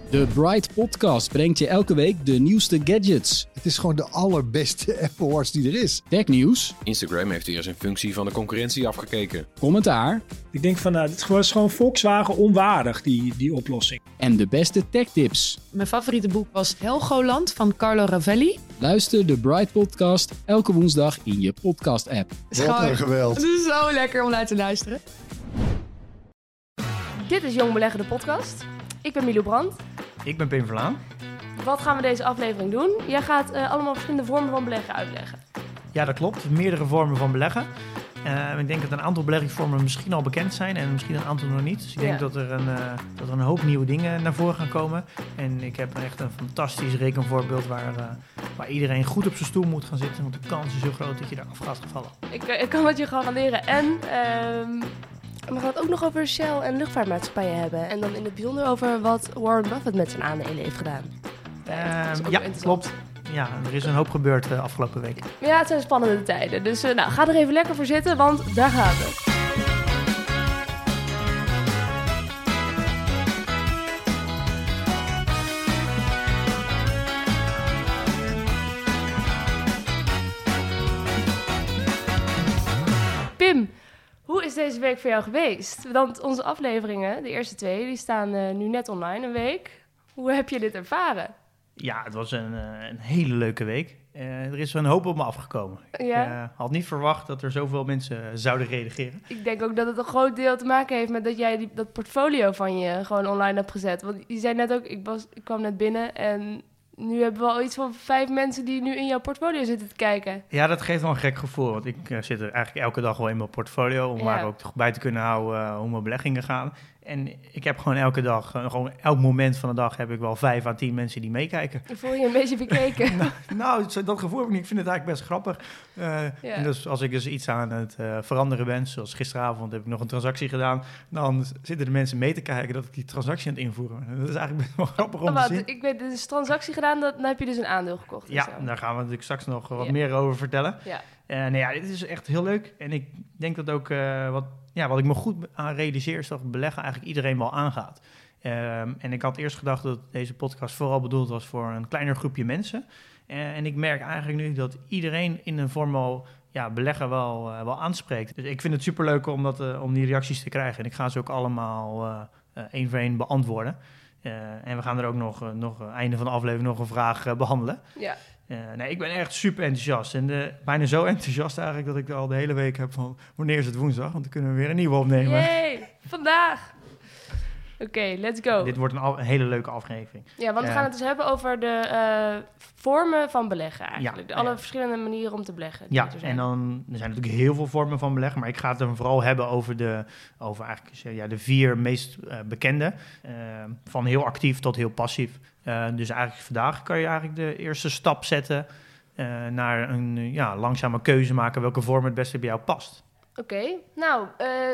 De Bright Podcast brengt je elke week de nieuwste gadgets. Het is gewoon de allerbeste Apple Watch die er is. Technieuws. Instagram heeft weer eens een functie van de concurrentie afgekeken. Commentaar. Ik denk van, dit is gewoon Volkswagen onwaardig, die oplossing. En de beste techtips. Mijn favoriete boek was Helgoland van Carlo Ravelli. Luister de Bright Podcast elke woensdag in je podcast-app. Wat een geweld. Het is zo lekker om naar te luisteren. Dit is Jong Beleggen, de podcast. Ik ben Milo Brandt. Ik ben Pim Verlaan. Wat gaan we deze aflevering doen? Jij gaat allemaal verschillende vormen van beleggen uitleggen. Ja, dat klopt. Meerdere vormen van beleggen. Ik denk dat een aantal beleggingsvormen misschien al bekend zijn en misschien een aantal nog niet. Dus ik denk dat er een hoop nieuwe dingen naar voren gaan komen. En ik heb echt een fantastisch rekenvoorbeeld waar iedereen goed op zijn stoel moet gaan zitten. Want de kans is zo groot dat je eraf gaat vallen. Ik kan het je garanderen. En we gaan het ook nog over Shell en luchtvaartmaatschappijen hebben. En dan in het bijzonder over wat Warren Buffett met zijn aandelen heeft gedaan. Ja, klopt. Ja, er is een hoop gebeurd de afgelopen week. Ja, het zijn spannende tijden. Dus ga er even lekker voor zitten, want daar gaan we. Pim, hoe is deze week voor jou geweest? Want onze afleveringen, de eerste 2, die staan nu net online een week. Hoe heb je dit ervaren? Ja, het was een hele leuke week. Er is een hoop op me afgekomen. Ja. Ik had niet verwacht dat er zoveel mensen zouden reageren. Ik denk ook dat het een groot deel te maken heeft met dat jij dat portfolio van je gewoon online hebt gezet. Want je zei net ook, ik kwam net binnen en nu hebben we al iets van 5 mensen die nu in jouw portfolio zitten te kijken. Ja, dat geeft wel een gek gevoel. Want ik zit er eigenlijk elke dag wel in mijn portfolio om daar ook bij te kunnen houden hoe mijn beleggingen gaan. En ik heb gewoon elke dag, gewoon elk moment van de dag heb ik wel 5 à 10 mensen die meekijken. Voel je een beetje bekeken? nou, dat gevoel heb ik niet. Ik vind het eigenlijk best grappig. En dus als ik dus iets aan het veranderen ben, zoals gisteravond heb ik nog een transactie gedaan, dan zitten de mensen mee te kijken dat ik die transactie aan het invoeren ben. Dat is eigenlijk best wel grappig om te zien. Ik weet, dus transactie gedaan, dan heb je dus een aandeel gekocht. Ja, daar gaan we natuurlijk straks nog wat meer over vertellen. Ja. Dit is echt heel leuk. En ik denk dat ook wat ik me goed aan realiseer is dat beleggen eigenlijk iedereen wel aangaat. En ik had eerst gedacht dat deze podcast vooral bedoeld was voor een kleiner groepje mensen. En ik merk eigenlijk nu dat iedereen in een vorm al beleggen wel aanspreekt. Dus ik vind het superleuk om die reacties te krijgen. En ik ga ze ook allemaal één voor één beantwoorden. En we gaan er ook nog einde van de aflevering nog een vraag behandelen. Ja. Ik ben echt super enthousiast. En bijna zo enthousiast eigenlijk dat ik al de hele week heb van wanneer is het woensdag? Want dan kunnen we weer een nieuwe opnemen. Yay, vandaag. Oké, let's go. Dit wordt een hele leuke aflevering. Ja, want we gaan het dus hebben over de vormen van beleggen eigenlijk. Alle verschillende manieren om te beleggen. Ja, en dan er zijn natuurlijk heel veel vormen van beleggen. Maar ik ga het dan vooral hebben over de 4 meest bekende. Van heel actief tot heel passief. Dus eigenlijk vandaag kan je eigenlijk de eerste stap zetten naar een langzame keuze maken welke vorm het beste bij jou past. Oké, nou,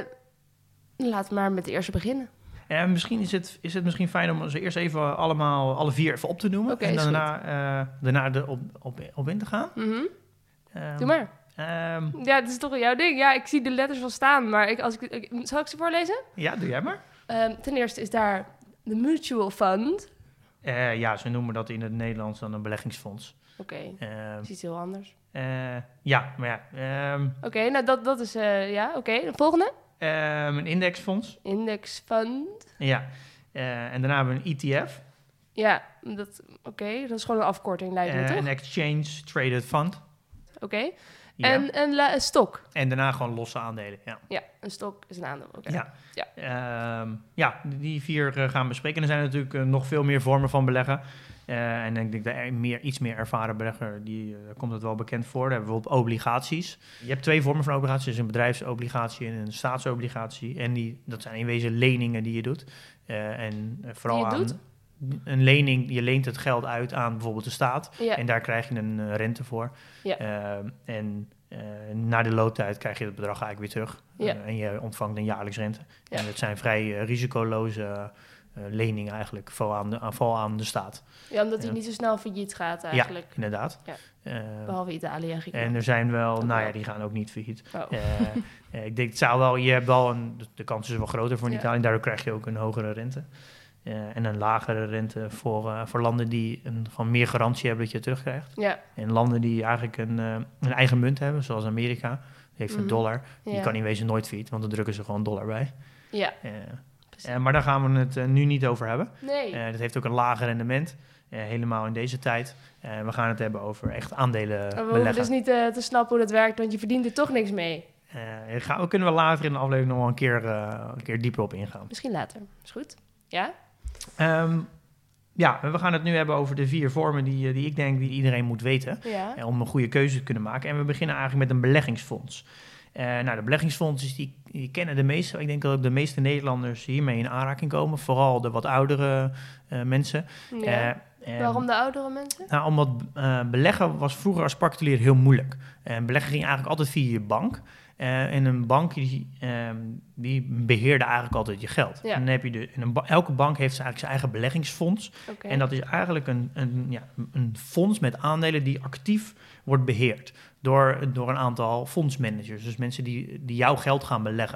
laten we maar met de eerste beginnen. Misschien is het misschien fijn om ze eerst even alle 4 even op te noemen. Okay, en daarna op in te gaan. Mm-hmm. Doe maar. Het is toch jouw ding. Ja, ik zie de letters wel staan, maar zal ik ze voorlezen? Ja, doe jij maar. Ten eerste is daar de mutual fund. Ze noemen dat in het Nederlands dan een beleggingsfonds. Oké, is iets heel anders. Oké, nou dat is, oké. De volgende? Een indexfonds. Indexfund. Ja, en daarna hebben we een ETF. Ja, dat is gewoon een afkorting, lijkt me toch? Een exchange traded fund. Oké. Ja. En een stok. En daarna gewoon losse aandelen, Ja, een stok is een aandeel. Okay. Die 4 gaan we bespreken. En er zijn natuurlijk nog veel meer vormen van beleggen. En ik denk dat iets meer ervaren belegger, daar komt het wel bekend voor. Daar hebben we bijvoorbeeld obligaties. Je hebt 2 vormen van obligaties. Dus een bedrijfsobligatie en een staatsobligatie. En dat zijn in wezen leningen die je doet. Vooral een lening, je leent het geld uit aan bijvoorbeeld de staat. Ja. En daar krijg je een rente voor. Ja. Na de looptijd krijg je het bedrag eigenlijk weer terug. Ja. En je ontvangt een jaarlijks rente. Ja. En het zijn vrij risicoloze leningen eigenlijk, vooral aan de staat. Ja, omdat hij niet zo snel failliet gaat eigenlijk. Ja, inderdaad. Ja. Behalve Italië en Griekenland. En er zijn wel, die gaan ook niet failliet. Oh. Ik denk, je hebt wel de kans is wel groter voor Italië. En daardoor krijg je ook een hogere rente. En een lagere rente voor landen die gewoon meer garantie hebben dat je het terugkrijgt. Ja. En landen die eigenlijk een eigen munt hebben, zoals Amerika, die heeft een dollar. Die kan in wezen nooit failliet, want dan drukken ze gewoon dollar bij. Ja. Maar daar gaan we het nu niet over hebben. Nee. Dat heeft ook een lager rendement, helemaal in deze tijd. We gaan het hebben over echt aandelen We beleggen. hoeven dus niet te snappen hoe dat werkt, want je verdient er toch niks mee. We kunnen we later in de aflevering nog wel een keer dieper op ingaan. Misschien later. Is goed. Ja? We gaan het nu hebben over de 4 vormen die ik denk die iedereen moet weten. Ja. Om een goede keuze te kunnen maken. En we beginnen eigenlijk met een beleggingsfonds. De beleggingsfondsen die kennen de meeste. Ik denk dat ook de meeste Nederlanders hiermee in aanraking komen. Vooral de wat oudere mensen. Ja. Waarom de oudere mensen? Nou, omdat beleggen was vroeger als particulier heel moeilijk. Beleggen ging eigenlijk altijd via je bank. En een bank die beheerde eigenlijk altijd je geld. Ja. En dan heb je elke bank heeft eigenlijk zijn eigen beleggingsfonds. Okay. En dat is eigenlijk een fonds met aandelen die actief wordt beheerd door een aantal fondsmanagers. Dus mensen die jouw geld gaan beleggen.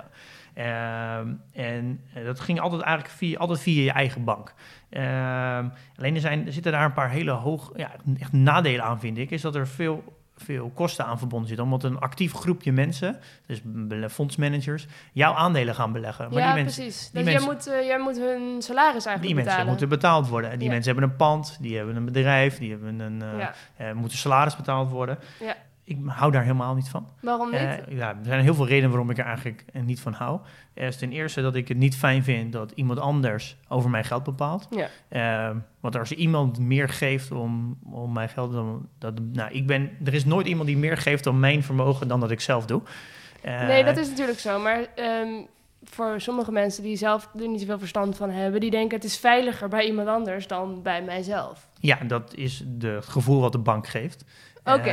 En dat ging altijd via je eigen bank. Alleen er zitten daar een paar hele echt nadelen aan, vind ik. Is dat er veel kosten aan verbonden zitten. Omdat een actief groepje mensen, dus fondsmanagers, jouw aandelen gaan beleggen. Maar precies. Dus jij moet hun salaris eigenlijk betalen. Die mensen moeten betaald worden. Die mensen hebben een pand, die hebben een bedrijf, die hebben moeten salaris betaald worden. Ja. Ik hou daar helemaal niet van. Waarom niet? Er zijn heel veel redenen waarom ik er eigenlijk niet van hou. Ten eerste dat ik het niet fijn vind dat iemand anders over mijn geld bepaalt. Ja. Want als iemand meer geeft om mijn geld... er is nooit iemand die meer geeft om mijn vermogen dan dat ik zelf doe. Nee, dat is natuurlijk zo. Maar voor sommige mensen die zelf er niet zoveel verstand van hebben... die denken het is veiliger bij iemand anders dan bij mijzelf. Ja, dat is het gevoel wat de bank geeft. Oké.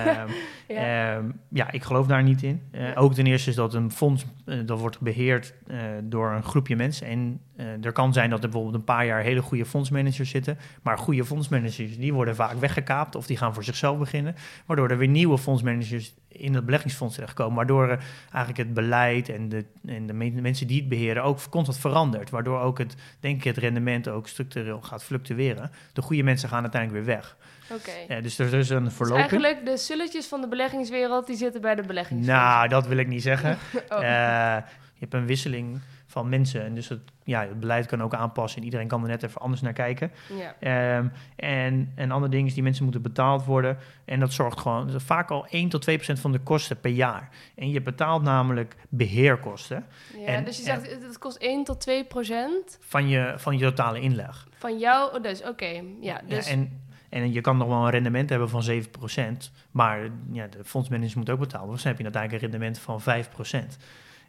Ik geloof daar niet in. Ook ten eerste is dat een fonds dat wordt beheerd door een groepje mensen. En er kan zijn dat er bijvoorbeeld een paar jaar hele goede fondsmanagers zitten. Maar goede fondsmanagers die worden vaak weggekaapt of die gaan voor zichzelf beginnen. Waardoor er weer nieuwe fondsmanagers in het beleggingsfonds terechtkomen. Waardoor eigenlijk het beleid en de mensen die het beheren ook constant verandert. Waardoor ook het rendement ook structureel gaat fluctueren. De goede mensen gaan uiteindelijk weer weg. Okay. Dus er is een verloping. Dus eigenlijk de sulletjes van de beleggingswereld, die zitten bij de beleggingsfonds. Nou, dat wil ik niet zeggen. Je hebt een wisseling van mensen. En dus het beleid kan ook aanpassen. En iedereen kan er net even anders naar kijken. Ja. En een ander ding is, die mensen moeten betaald worden. En dat zorgt gewoon vaak al 1-2% van de kosten per jaar. En je betaalt namelijk beheerkosten. Ja, dus je zegt, het kost 1-2% van je totale inleg. Van jou, dus oké. Ja, dus... En je kan nog wel een rendement hebben van 7%. Maar de fondsmanagers moeten ook betalen. Dus dan heb je uiteindelijk een rendement van 5%.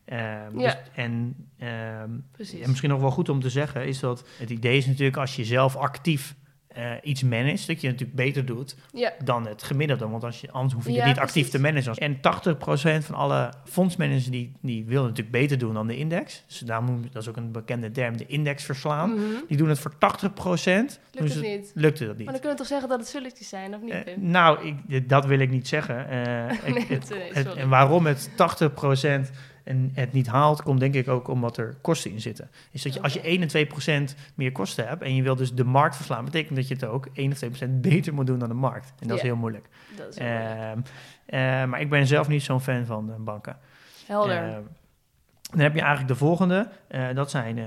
En misschien nog wel goed om te zeggen is dat het idee is natuurlijk als je zelf actief iets managt, dat je het natuurlijk beter doet dan het gemiddelde. Want anders hoef je het niet actief te managen. En 80% van alle fondsmanagers die willen natuurlijk beter doen dan de index. Dus dat is ook een bekende term, de index verslaan. Mm-hmm. Die doen het voor 80%. Lukt het niet? Lukte dat niet. Maar dan kunnen we toch zeggen dat het sulletjes zijn, of niet? Dat wil ik niet zeggen. En waarom het 80% en het niet haalt, komt denk ik ook omdat er kosten in zitten. Is dat als je 1-2% meer kosten hebt en je wil dus de markt verslaan, betekent dat je het ook 1-2% beter moet doen dan de markt. En dat is heel moeilijk. Dat is heel moeilijk. Maar ik ben zelf niet zo'n fan van banken. Helder. Dan heb je eigenlijk de volgende. Dat zijn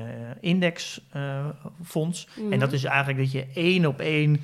indexfonds. En dat is eigenlijk dat je 1 op 1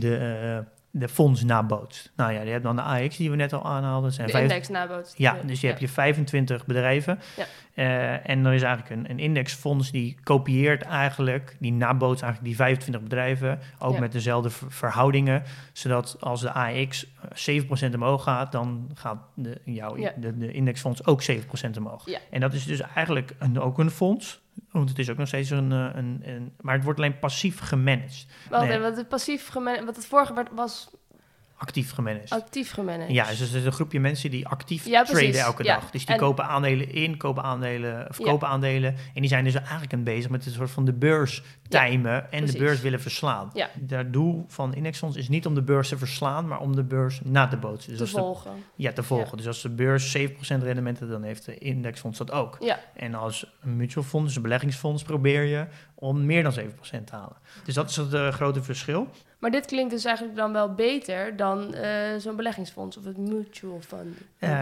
de fonds nabootst. Nou ja, je hebt dan de AX die we net al aanhaalden. De index nabootst. Ja, dus je hebt je 25 bedrijven. Ja. En er is eigenlijk een indexfonds die kopieert eigenlijk, die nabootst eigenlijk die 25 bedrijven, ook met dezelfde verhoudingen, zodat als de AX 7% omhoog gaat, dan gaat de indexfonds ook 7% omhoog. Ja. En dat is dus eigenlijk ook een fonds. Want het is ook nog steeds maar het wordt alleen passief gemanaged. Wat het passief gemanaged, wat het vorige was actief gemanaged. Actief gemanaged. Ja, dus er is een groepje mensen die actief Ja, precies. traden elke Ja. dag. Dus die En- kopen aandelen in, kopen aandelen, verkopen aandelen. En die zijn dus eigenlijk aan bezig met een soort van de beurs timen en precies. de beurs willen verslaan. Ja. Het doel van indexfonds is niet om de beurs te verslaan, maar om de beurs na te bootsen. Dus te als volgen. te volgen. Ja. Dus als de beurs 7% rendement heeft, dan heeft de indexfonds dat ook. Ja, En als een mutual fonds, dus een beleggingsfonds, probeer je om meer dan 7% te halen. Dus dat is het grote verschil. maar dit klinkt dus eigenlijk dan wel beter dan zo'n beleggingsfonds of het mutual fund.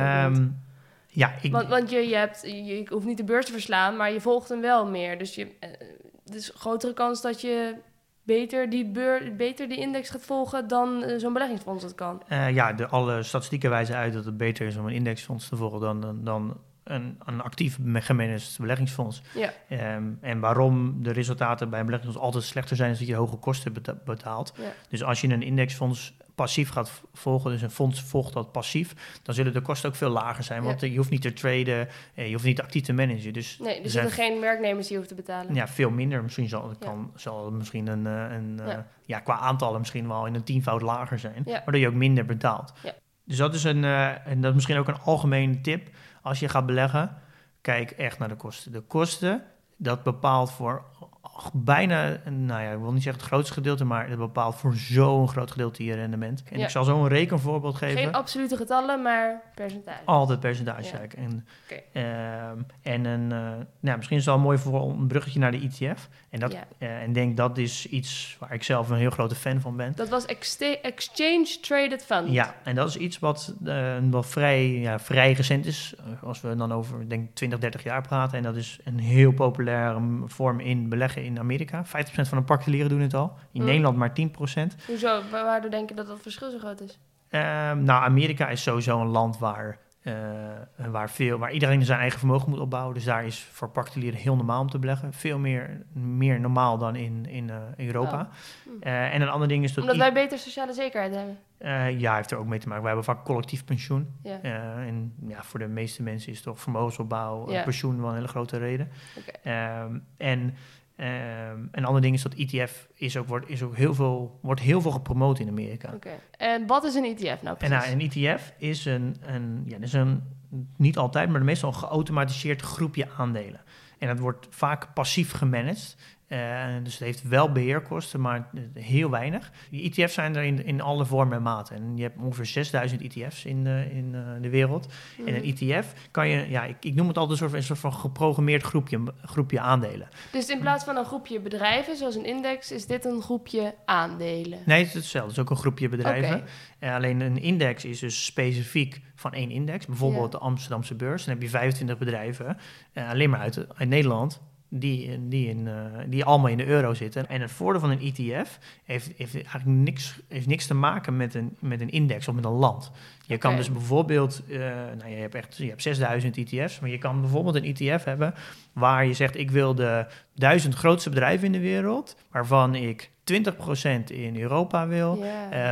Want je hoeft niet de beurs te verslaan, maar je volgt hem wel meer. Dus dus grotere kans dat je beter die index gaat volgen dan zo'n beleggingsfonds dat kan. Alle statistieken wijzen uit dat het beter is om een indexfonds te volgen dan een actief gemanaged beleggingsfonds. Ja. En waarom de resultaten bij een beleggingsfonds altijd slechter zijn, is dat je hoge kosten betaalt. Ja. Dus als je een indexfonds passief gaat volgen, dus een fonds volgt dat passief, dan zullen de kosten ook veel lager zijn, want je hoeft niet te traden, je hoeft niet actief te managen. Dus Nee, er zitten geen werknemers die je hoeft te betalen. ja, veel minder. Misschien zal het misschien qua aantallen misschien wel in een 10-voud lager zijn, waardoor je ook minder betaalt. Ja. Dus dat is en dat is misschien ook een algemene tip. Als je gaat beleggen, kijk echt naar de kosten. De kosten, dat bepaalt voor bijna, ik wil niet zeggen het grootste gedeelte, maar het bepaalt voor zo'n groot gedeelte je rendement. En ik zal zo een rekenvoorbeeld geven. Geen absolute getallen, maar percentage. Altijd percentage. Ja. Misschien is het wel mooi voor een bruggetje naar de ETF. En denk dat is iets waar ik zelf een heel grote fan van ben. Dat was Exchange Traded Fund. Ja, en dat is iets wat vrij recent is. Als we dan over, denk 20, 30 jaar praten. En dat is een heel populaire vorm in beleggen in Amerika. 50% van de particulieren doen het al. In Nederland maar 10%. Hoezo? Waardoor denk je dat dat verschil zo groot is? Amerika is sowieso een land waar iedereen zijn eigen vermogen moet opbouwen. Dus daar is voor particulieren heel normaal om te beleggen. Veel meer normaal dan in Europa. En een ander ding is dat... Omdat wij beter sociale zekerheid hebben. Heeft er ook mee te maken. Wij hebben vaak collectief pensioen. Ja. En voor de meeste mensen is toch vermogensopbouw en pensioen wel een hele grote reden. Okay. Een ander ding is dat ETF wordt heel veel gepromoot in Amerika. Okay. En wat is een ETF nou precies? En een ETF is een niet altijd, maar meestal een geautomatiseerd groepje aandelen. En dat wordt vaak passief gemanaged. Dus het heeft wel beheerkosten, maar heel weinig. Die ETF's zijn er in alle vormen en maten. En je hebt ongeveer 6000 ETF's in de wereld. En een ETF kan je, ik noem het altijd een soort van geprogrammeerd groepje aandelen. Dus in plaats van een groepje bedrijven, zoals een index, is dit een groepje aandelen? Nee, het is hetzelfde. Het is ook een groepje bedrijven. Okay. Alleen een index is dus specifiek van één index. Bijvoorbeeld de Amsterdamse beurs. Dan heb je 25 bedrijven, alleen maar uit Nederland, die allemaal in de euro zitten. En het voordeel van een ETF heeft eigenlijk niks te maken met een index of met een land. Je kan dus bijvoorbeeld, je hebt 6000 ETF's, maar je kan bijvoorbeeld een ETF hebben waar je zegt, ik wil de 1000 grootste bedrijven in de wereld, waarvan ik 20% in Europa wil,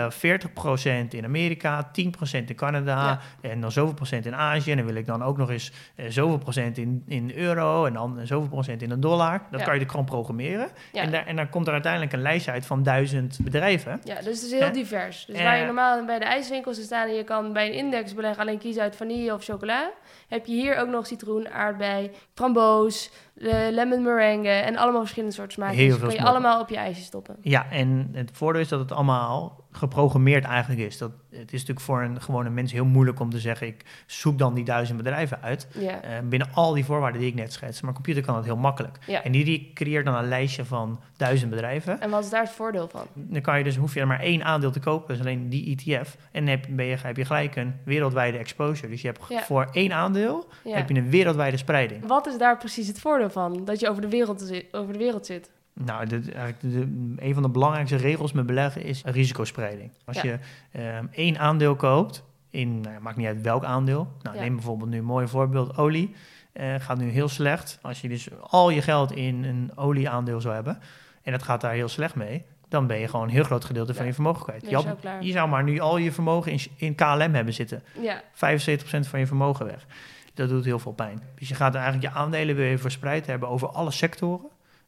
40% in Amerika, 10% in Canada en dan zoveel procent in Azië. En dan wil ik dan ook nog eens zoveel procent in euro en dan zoveel procent in een dollar. Dat kan je er gewoon programmeren. Ja. En dan komt er uiteindelijk een lijst uit van 1000 bedrijven. Ja, dus het is heel divers. Dus waar je normaal bij de ijswinkels staan en je kan bij een index beleggen alleen kiezen uit vanille of chocola, heb je hier ook nog citroen, aardbei, framboos, lemon meringue en allemaal verschillende soorten smaken. Dus kun je allemaal op je ijsje stoppen. Ja, en het voordeel is dat het allemaal geprogrammeerd eigenlijk is. Het is natuurlijk voor een gewone mens heel moeilijk om te zeggen, ik zoek dan die 1000 bedrijven uit. Binnen al die voorwaarden die ik net schets. Maar een computer kan dat heel makkelijk. Ja. En die creëert dan een lijstje van 1000 bedrijven. En wat is daar het voordeel van? Dan hoef je er maar één aandeel te kopen, dus alleen die ETF. En dan heb je gelijk een wereldwijde exposure. Dus je hebt voor één aandeel heb je een wereldwijde spreiding. Wat is daar precies het voordeel van? Dat je over de wereld zit? Nou, een van de belangrijkste regels met beleggen is risicospreiding. Als je één aandeel koopt, maakt niet uit welk aandeel. Neem bijvoorbeeld nu een mooi voorbeeld, olie. Gaat nu heel slecht. Als je dus al je geld in een olieaandeel zou hebben en dat gaat daar heel slecht mee, dan ben je gewoon een heel groot gedeelte van je vermogen kwijt. Je zou maar nu al je vermogen in KLM hebben zitten. Ja. 75% van je vermogen weg. Dat doet heel veel pijn. Dus je gaat eigenlijk je aandelen weer verspreid hebben over alle sectoren.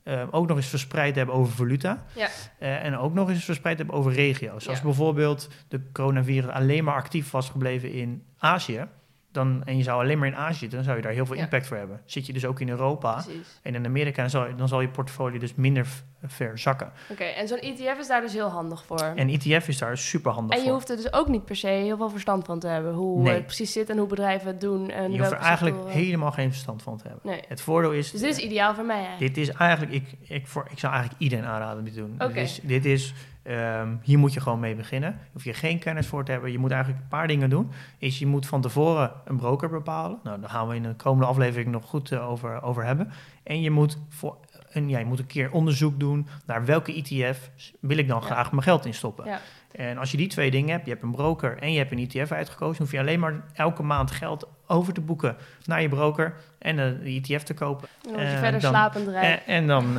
ook nog eens verspreid hebben over valuta. Ja. En ook nog eens verspreid hebben over regio's. Als bijvoorbeeld de coronavirus alleen maar actief was gebleven in Azië, en je zou alleen maar in Azië zitten, dan zou je daar heel veel impact voor hebben. Zit je dus ook in Europa en in Amerika, dan zal je portfolio dus minder ver zakken. Oké, en zo'n ETF is daar dus heel handig voor. En ETF is daar super handig voor. En je hoeft er dus ook niet per se heel veel verstand van te hebben. Hoe het precies zit en hoe bedrijven het doen. En je hoeft er eigenlijk helemaal geen verstand van te hebben. Nee. Het voordeel is... Dus dit is ideaal voor mij eigenlijk. Dit is eigenlijk... Ik zou eigenlijk iedereen aanraden dit te doen. Okay. Dit is hier moet je gewoon mee beginnen. Daar hoef je geen kennis voor te hebben. Je moet eigenlijk een paar dingen doen. Je moet van tevoren een broker bepalen. Nou, daar gaan we in de komende aflevering nog goed over hebben. En je moet je moet een keer onderzoek doen naar welke ETF wil ik dan graag mijn geld in stoppen. Ja. En als je die 2 dingen hebt, je hebt een broker en je hebt een ETF uitgekozen, hoef je alleen maar elke maand geld over te boeken naar je broker en de ETF te kopen. En dan word je verder slapend rijk. En dan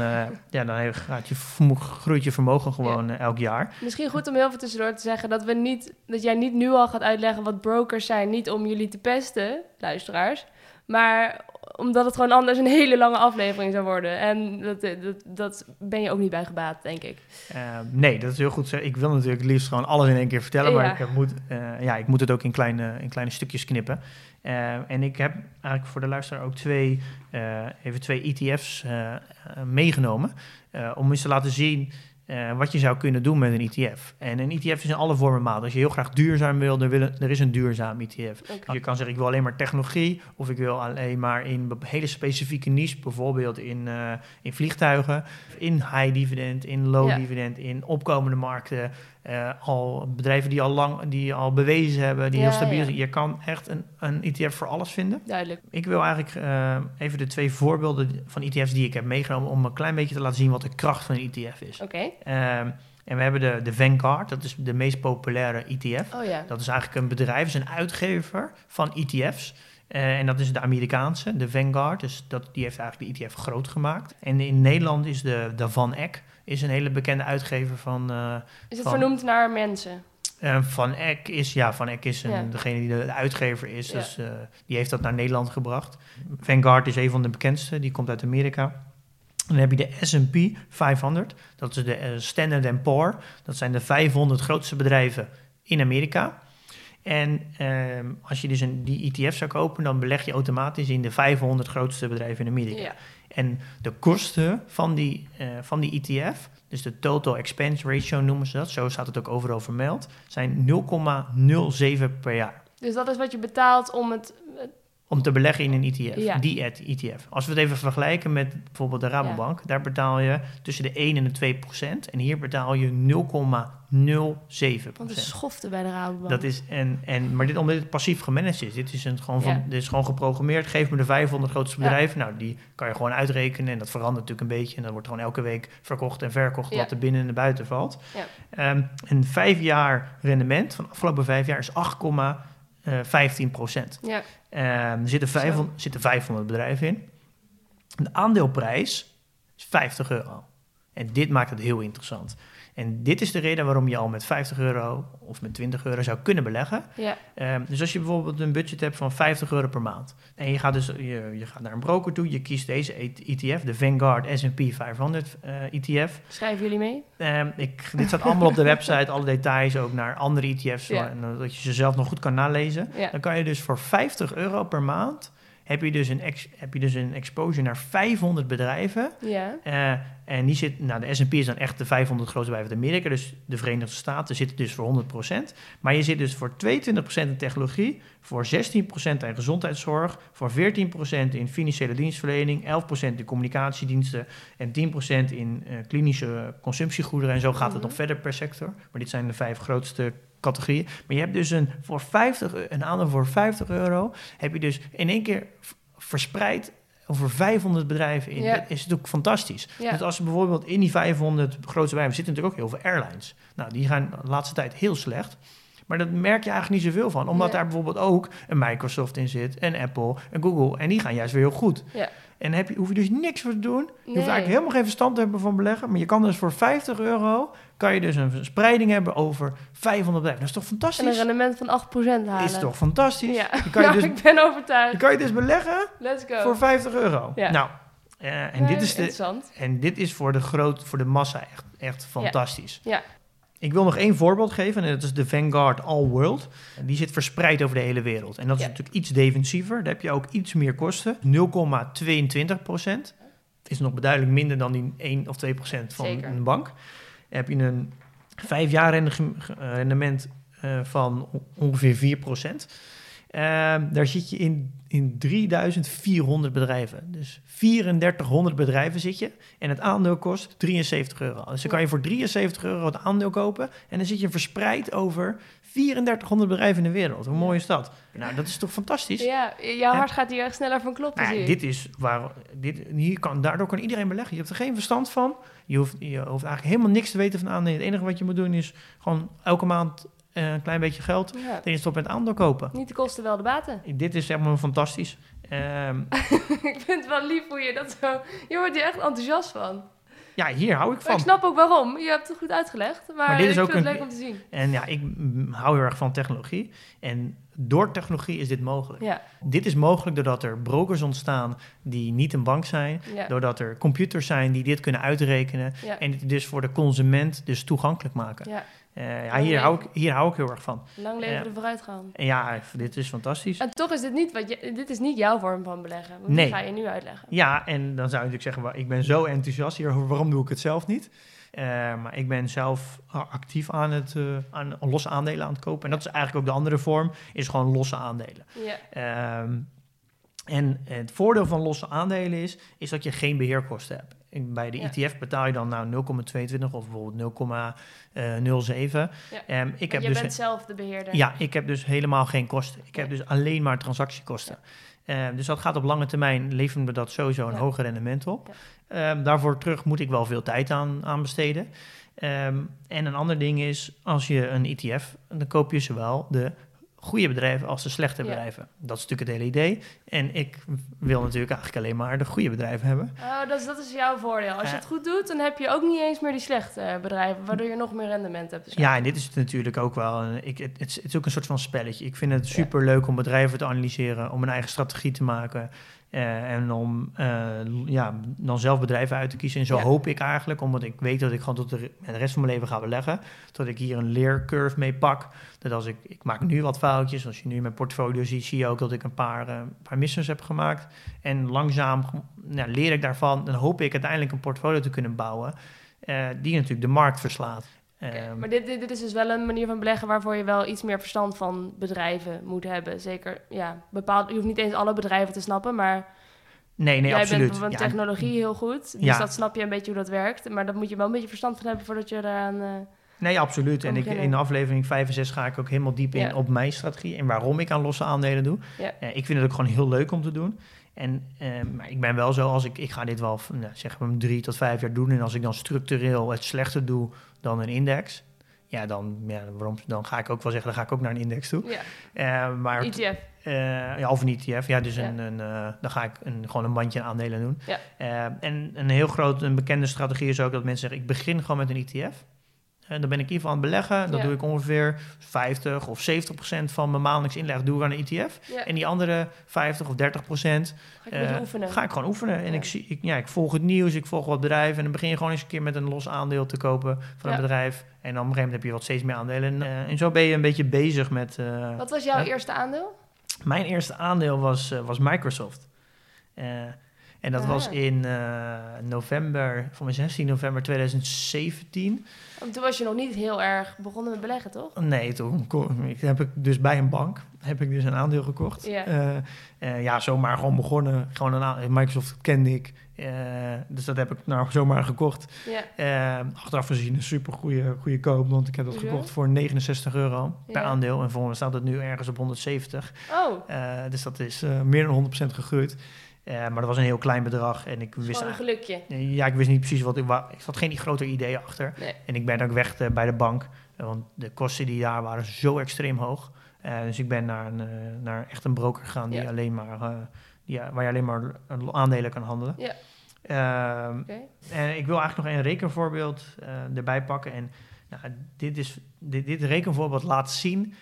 groeit je vermogen gewoon elk jaar. Misschien goed om heel veel tussendoor te zeggen dat jij niet nu al gaat uitleggen wat brokers zijn, niet om jullie te pesten, luisteraars, maar omdat het gewoon anders een hele lange aflevering zou worden. En dat ben je ook niet bij gebaat, denk ik. Nee, dat is heel goed. Ik wil natuurlijk het liefst gewoon alles in één keer vertellen. Maar ik moet het ook in kleine stukjes knippen. En ik heb eigenlijk voor de luisteraar ook twee ETF's meegenomen. Om eens te laten zien wat je zou kunnen doen met een ETF. En een ETF is in alle vormen maat. Als je heel graag duurzaam wil, er is een duurzaam ETF. Okay. Dus je kan zeggen, ik wil alleen maar technologie, of ik wil alleen maar in hele specifieke niche, bijvoorbeeld in vliegtuigen, in high dividend, in low dividend, in opkomende markten, bedrijven die al bewezen hebben, die heel stabiel zijn. Je kan echt een ETF voor alles vinden. Duidelijk. Ik wil eigenlijk even de 2 voorbeelden van ETF's die ik heb meegenomen om een klein beetje te laten zien wat de kracht van een ETF is. Oké. En we hebben de Vanguard, dat is de meest populaire ETF. Oh, ja. Dat is eigenlijk een bedrijf, is een uitgever van ETF's. En dat is de Amerikaanse, de Vanguard. Dus die heeft eigenlijk de ETF groot gemaakt. En in Nederland is de Van Eck is een hele bekende uitgever van... is het vernoemd naar mensen? Van Eck is degene die de uitgever is. Ja. Dus die heeft dat naar Nederland gebracht. Vanguard is een van de bekendste, die komt uit Amerika. Dan heb je de S&P 500, dat is de Standard & Poor. Dat zijn de 500 grootste bedrijven in Amerika. En als je dus die ETF zou kopen, dan beleg je automatisch in de 500 grootste bedrijven in Amerika. Ja. En de kosten van die ETF, dus de Total Expense Ratio noemen ze dat, zo staat het ook overal vermeld, zijn 0,07 per jaar. Dus dat is wat je betaalt om te beleggen in een ETF, die ETF. Als we het even vergelijken met bijvoorbeeld de Rabobank, daar betaal je tussen de 1 en de 2%. En hier betaal je 0,07%. Want de schofte bij de Rabobank. Dat is, maar omdat dit passief gemanaged is, dit is gewoon geprogrammeerd. Geef me de 500 grootste bedrijven. Nou, die kan je gewoon uitrekenen en dat verandert natuurlijk een beetje. En dan wordt gewoon elke week verkocht en verkocht wat er binnen en naar buiten valt. Ja. Een 5 jaar rendement van de afgelopen 5 jaar is 8,15%. Ja. Er zitten 500 bedrijven in. De aandeelprijs is €50. En dit maakt het heel interessant. En dit is de reden waarom je al met €50 of met €20 zou kunnen beleggen. Ja. Dus als je bijvoorbeeld een budget hebt van €50 per maand. En je gaat naar een broker toe. Je kiest deze ETF, de Vanguard S&P 500 ETF. Schrijven jullie mee? Dit staat allemaal op de website. Alle details ook naar andere ETF's. Ja. Dat je ze zelf nog goed kan nalezen. Ja. Dan kan je dus voor €50 per maand heb je dus een exposure naar 500 bedrijven. Ja. En die zit, de S&P is dan echt de 500 grootste bedrijven in Amerika, dus de Verenigde Staten zitten dus voor 100%. Maar je zit dus voor 22% in technologie, voor 16% in gezondheidszorg, voor 14% in financiële dienstverlening, 11% in communicatiediensten en 10% in klinische consumptiegoederen. En zo gaat het nog verder per sector. Maar dit zijn de 5 grootste categorieën. Maar je hebt dus een aandeel voor €50 heb je dus in één keer verspreid over 500 bedrijven in. Ja. Dat is natuurlijk fantastisch. Ja. Dus als je bijvoorbeeld in die 500 grootste bedrijven zitten natuurlijk ook heel veel airlines. Nou, die gaan de laatste tijd heel slecht. Maar dat merk je eigenlijk niet zoveel van. Omdat daar bijvoorbeeld ook een Microsoft in zit, een Apple, een Google. En die gaan juist weer heel goed. Ja. En hoef je dus niks voor te doen. Je hoeft eigenlijk helemaal geen verstand te hebben van beleggen. Maar je kan dus voor €50 kan je dus een spreiding hebben over 500 bedrijven. Dat is toch fantastisch? En een rendement van 8% halen. Is toch fantastisch? Ja, ik ben overtuigd. Je kan je dus beleggen Let's go. voor €50. Ja. Nou, Interessant. En dit is voor de massa echt fantastisch. Ja. Ik wil nog 1 voorbeeld geven. En dat is de Vanguard All World. Die zit verspreid over de hele wereld. En dat is natuurlijk iets defensiever. Daar heb je ook iets meer kosten. 0,22%. Is nog beduidelijk minder dan die 1 of 2% van een bank. Dan heb je een 5 jaar rendement van ongeveer 4%. Daar zit je in 3400 bedrijven. Dus 3400 bedrijven zit je. En het aandeel kost €73. Dus dan kan je voor €73 het aandeel kopen. En dan zit je verspreid over 3400 bedrijven in de wereld. Hoe mooi is dat? Nou, dat is toch fantastisch? Ja, jouw hart gaat hier echt sneller van kloppen. Daardoor kan iedereen beleggen. Je hebt er geen verstand van. Je hoeft eigenlijk helemaal niks te weten van aandelen. Het enige wat je moet doen is gewoon elke maand een klein beetje geld. Dan is het op met aandeel kopen. Niet de kosten, wel de baten. Dit is helemaal fantastisch. Ik vind het wel lief hoe je dat zo... Je wordt hier echt enthousiast van. Ja, hier hou ik van. Maar ik snap ook waarom. Je hebt het goed uitgelegd. Maar dit is ik ook vind het leuk om te zien. En ja, ik hou heel erg van technologie. En door technologie is dit mogelijk. Ja. Dit is mogelijk doordat er brokers ontstaan die niet een bank zijn. Ja. Doordat er computers zijn die dit kunnen uitrekenen. Ja. En het dus voor de consument dus toegankelijk maken. Ja. Hier hou ik heel erg van. Lang leven de vooruitgang. En ja, dit is fantastisch. En toch is dit is niet jouw vorm van beleggen. Want Nee. Die ga je nu uitleggen. Ja, en dan zou je natuurlijk zeggen, ik ben zo enthousiast hierover, waarom doe ik het zelf niet? Maar ik ben zelf actief aan losse aandelen aan het kopen. En dat is eigenlijk ook de andere vorm, is gewoon losse aandelen. Ja. En het voordeel van losse aandelen is dat je geen beheerkosten hebt. Bij de ETF betaal je dan 0,22 of bijvoorbeeld 0,07. Ja. Je bent zelf de beheerder. Ja, ik heb dus helemaal geen kosten. Ik heb dus alleen maar transactiekosten. Dus dat gaat op lange termijn, levert me dat sowieso een hoger rendement op. Ja. Daarvoor terug moet ik wel veel tijd aan besteden. En een ander ding is, als je een ETF, dan koop je zowel de goede bedrijven als de slechte bedrijven. Dat is natuurlijk het hele idee. En ik wil natuurlijk eigenlijk alleen maar de goede bedrijven hebben. Oh, dat is jouw voordeel. Als je het goed doet, dan heb je ook niet eens meer die slechte bedrijven, waardoor je nog meer rendement hebt. Ja, en dit is het natuurlijk ook wel. Het is ook een soort van spelletje. Ik vind het super leuk om bedrijven te analyseren, om een eigen strategie te maken. En om dan zelf bedrijven uit te kiezen. En zo hoop ik eigenlijk, omdat ik weet dat ik gewoon tot de rest van mijn leven ga beleggen, dat ik hier een leercurve mee pak. Dat als ik maak nu wat foutjes. Als je nu mijn portfolio ziet, zie je ook dat ik een paar missers heb gemaakt. En langzaam leer ik daarvan. Dan hoop ik uiteindelijk een portfolio te kunnen bouwen die natuurlijk de markt verslaat. Maar dit is dus wel een manier van beleggen waarvoor je wel iets meer verstand van bedrijven moet hebben. Zeker, je hoeft niet eens alle bedrijven te snappen, maar nee, jij absoluut. bent van technologie heel goed. Dus dat snap je een beetje hoe dat werkt. Maar daar moet je wel een beetje verstand van hebben voordat je daaraan... Nee, absoluut. En in aflevering 5 en 6 ga ik ook helemaal diep in op mijn strategie en waarom ik aan losse aandelen doe. Ja. Ik vind het ook gewoon heel leuk om te doen. Maar ik ben wel zo, als ik ga dit wel zeggen we 3 tot 5 jaar doen. En als ik dan structureel het slechter doe dan een index, dan ga ik ook wel zeggen, dan ga ik ook naar een index toe. Ja. Maar ETF. Of een ETF. Ja, dus dan ga ik gewoon een bandje aandelen doen. Ja. En een bekende strategie is ook dat mensen zeggen, ik begin gewoon met een ETF. En dan ben ik in ieder geval aan het beleggen. Dan doe ik ongeveer 50 of 70% van mijn maandelijks inleg doe ik aan een ETF. Ja. En die andere 50 of 30% ga ik gewoon oefenen. En ik volg het nieuws, ik volg wat bedrijven. En dan begin je gewoon eens een keer met een los aandeel te kopen van een bedrijf. En dan op een gegeven moment heb je wat steeds meer aandelen. En zo ben je een beetje bezig met... Wat was jouw eerste aandeel? Mijn eerste aandeel was Microsoft. En dat was in november, voor mij 16 november 2017. Toen was je nog niet heel erg begonnen met beleggen, toch? Nee, toen heb ik dus bij een bank een aandeel gekocht. Ja. Zomaar gewoon begonnen. Microsoft kende ik. Dus dat heb ik zomaar gekocht. Ja. Achteraf gezien een super goede koop, want ik heb dat gekocht voor €69 per aandeel. En volgens mij staat het nu ergens op 170. Oh. Dus dat is meer dan 100% gegroeid. Maar dat was een heel klein bedrag. En ik wist een gelukje. Ja, ik wist niet precies wat ik had geen grote ideeën achter. Nee. En ik ben ook weg bij de bank. Want de kosten die daar waren zo extreem hoog. Dus ik ben naar echt een broker gegaan die alleen maar, waar je alleen maar aandelen kan handelen. Ja. En ik wil eigenlijk nog een rekenvoorbeeld erbij pakken. En dit rekenvoorbeeld laat zien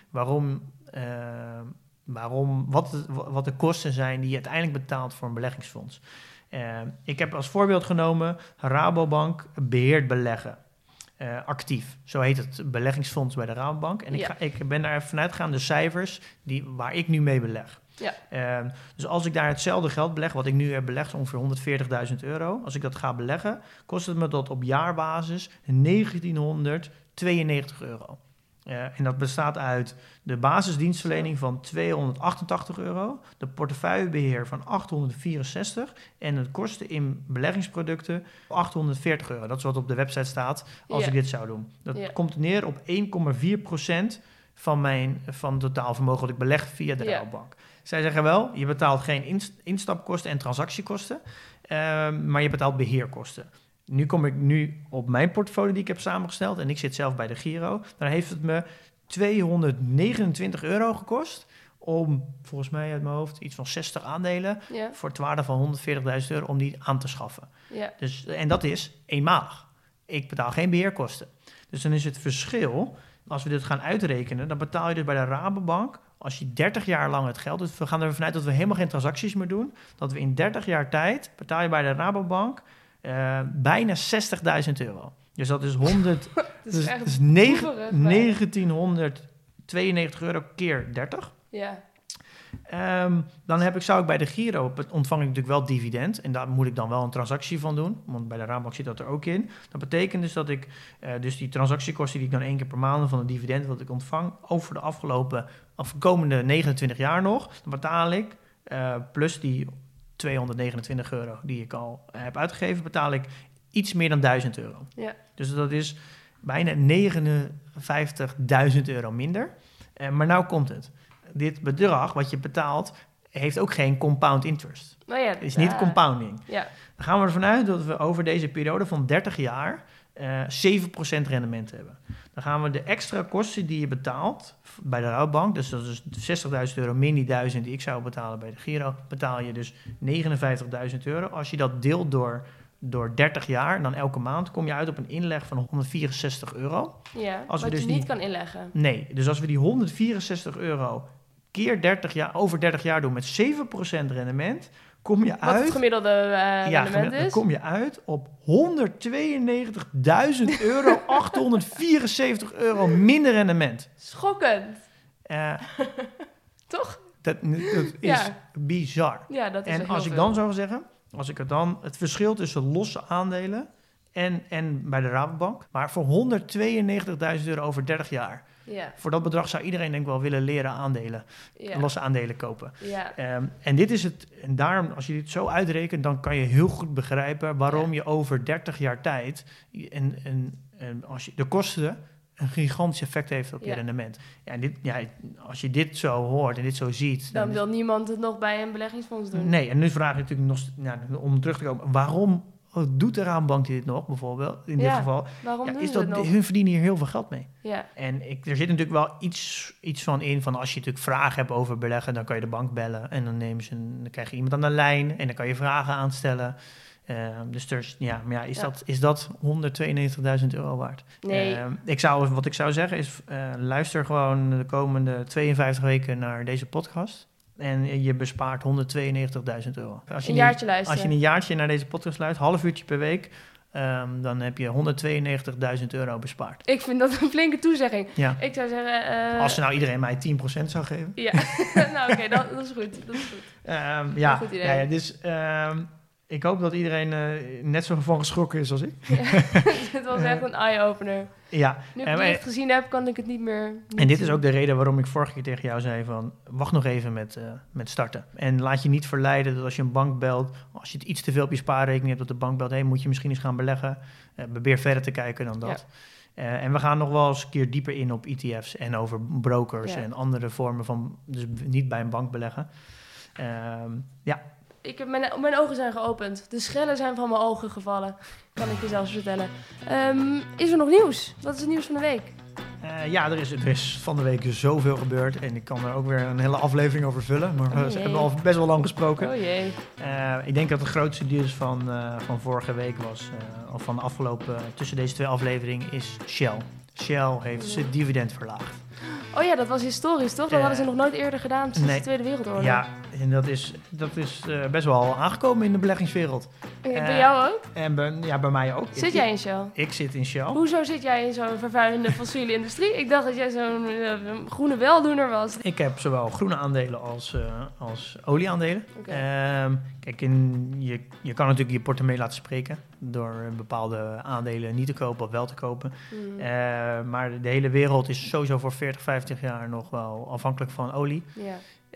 wat de kosten zijn die je uiteindelijk betaalt voor een beleggingsfonds. Ik heb als voorbeeld genomen Rabobank beheerd beleggen. Actief, zo heet het beleggingsfonds bij de Rabobank. En ik ben daar even vanuit gegaan, de cijfers waar ik nu mee beleg. Ja. Dus als ik daar hetzelfde geld beleg, wat ik nu heb belegd, ongeveer €140.000. Als ik dat ga beleggen, kost het me dat op jaarbasis €1992. En dat bestaat uit de basisdienstverlening van €288, de portefeuillebeheer van €864 en het kosten in beleggingsproducten €840. Dat is wat op de website staat als ik dit zou doen. Dat komt neer op 1,4% van het totaal vermogen dat ik beleg via de Rabobank. Zij zeggen wel, je betaalt geen instapkosten en transactiekosten, maar je betaalt beheerkosten. Nu kom ik op mijn portfolio die ik heb samengesteld en ik zit zelf bij de Giro. Daar heeft het me €229 gekost om, volgens mij uit mijn hoofd, iets van 60 aandelen voor het waarde van €140.000 om die aan te schaffen. Ja. Dus, en dat is eenmalig. Ik betaal geen beheerkosten. Dus dan is het verschil, als we dit gaan uitrekenen, dan betaal je dus bij de Rabobank, als je 30 jaar lang het geld, dus we gaan er vanuit dat we helemaal geen transacties meer doen, dat we in 30 jaar tijd betaal je bij de Rabobank bijna €60.000. Dus dat is 100. Dat is €1992 keer 30. Ja. Dan zou ik bij de Giro, ontvang ik natuurlijk wel dividend. En daar moet ik dan wel een transactie van doen. Want bij de Rabobank zit dat er ook in. Dat betekent dus dat ik dus die transactiekosten die ik dan 1 keer per maand van het dividend wat ik ontvang, over de komende 29 jaar nog, dan betaal ik plus die €229 die ik al heb uitgegeven, betaal ik iets meer dan €1.000. Ja. Dus dat is bijna €59.000 minder. Maar nou komt het. Dit bedrag wat je betaalt heeft ook geen compound interest. Het is niet compounding. Ja. Dan gaan we ervan uit dat we over deze periode van 30 jaar 7% rendement hebben. Dan gaan we de extra kosten die je betaalt bij de Rabobank, dus dat is €60.000 min die 1.000 die ik zou betalen bij de Giro, betaal je dus €59.000. Als je dat deelt door 30 jaar en dan elke maand, kom je uit op een inleg van €164. Ja, als wat we dus je niet kan inleggen. Nee, dus als we die €164 keer 30 jaar, over 30 jaar doen met 7% rendement, kom je uit... Wat het gemiddelde rendement is? Dan kom je uit op €192.874 minder rendement. Schokkend. Toch? Dat is bizar. Ja, dat is en als ik dan zou zeggen, het verschil tussen losse aandelen en bij de Rabobank, maar voor €192.000 over 30 jaar. Ja. Voor dat bedrag zou iedereen denk ik wel willen leren losse aandelen kopen. Ja. En dit is het. En daarom, als je dit zo uitrekent, dan kan je heel goed begrijpen waarom je over 30 jaar tijd en als je de kosten een gigantisch effect heeft op je rendement. Als je dit zo hoort en dit zo ziet, dan wil niemand het nog bij een beleggingsfonds doen. Nee, en nu vraag je natuurlijk nog, om terug te komen, waarom doet de Rabobank dit nog, bijvoorbeeld, in dit geval? Waarom doen is ze het nog? Hun verdienen hier heel veel geld mee. Ja. En er zit natuurlijk wel iets van in, van als je natuurlijk vragen hebt over beleggen, dan kan je de bank bellen en dan krijg je iemand aan de lijn en dan kan je vragen aanstellen. Is dat €192.000 waard? Nee. Wat ik zou zeggen is, luister gewoon de komende 52 weken naar deze podcast. En je bespaart €192.000. Een jaartje luisteren. Als je een jaartje naar deze podcast luistert, half uurtje per week, dan heb je €192.000 bespaard. Ik vind dat een flinke toezegging. Ja. Ik zou zeggen... Als iedereen mij 10% zou geven. Ja, nou oké, dat is goed. Dat is goed. Goed idee. Dus ik hoop dat iedereen net zo van geschrokken is als ik. Het was echt een eye-opener. Ja. Nu ik het echt gezien heb, kan ik het niet meer En dit is ook de reden waarom ik vorige keer tegen jou zei van, wacht nog even met starten. En laat je niet verleiden dat als je een bank belt, als je het iets te veel op je spaarrekening hebt, dat de bank belt, moet je misschien eens gaan beleggen. Probeer verder te kijken dan dat. Ja. En we gaan nog wel eens een keer dieper in op ETF's en over brokers en andere vormen van, dus niet bij een bank beleggen. Mijn ogen zijn geopend. De schellen zijn van mijn ogen gevallen. Kan ik je zelfs vertellen. Is er nog nieuws? Wat is het nieuws van de week? Er is van de week zoveel gebeurd. En ik kan er ook weer een hele aflevering over vullen. Maar we hebben al best wel lang gesproken. Oh jee. Ik denk dat het grootste nieuws van vorige week was. Of van de afgelopen, tussen deze 2 afleveringen, is Shell. Shell heeft zijn dividend verlaagd. Oh ja, dat was historisch, toch? Dat hadden ze nog nooit eerder gedaan sinds de Tweede Wereldoorlog. Ja, En dat is best wel aangekomen in de beleggingswereld. Bij jou ook? En bij mij ook. Zit jij in Shell? Ik zit in Shell. Hoezo zit jij in zo'n vervuilende fossiele industrie? Ik dacht dat jij zo'n groene weldoener was. Ik heb zowel groene aandelen als olieaandelen. Okay. Kijk, je kan natuurlijk je portemonnee laten spreken door bepaalde aandelen niet te kopen of wel te kopen. Maar de hele wereld is sowieso voor 40, 50 jaar nog wel afhankelijk van olie. Ja.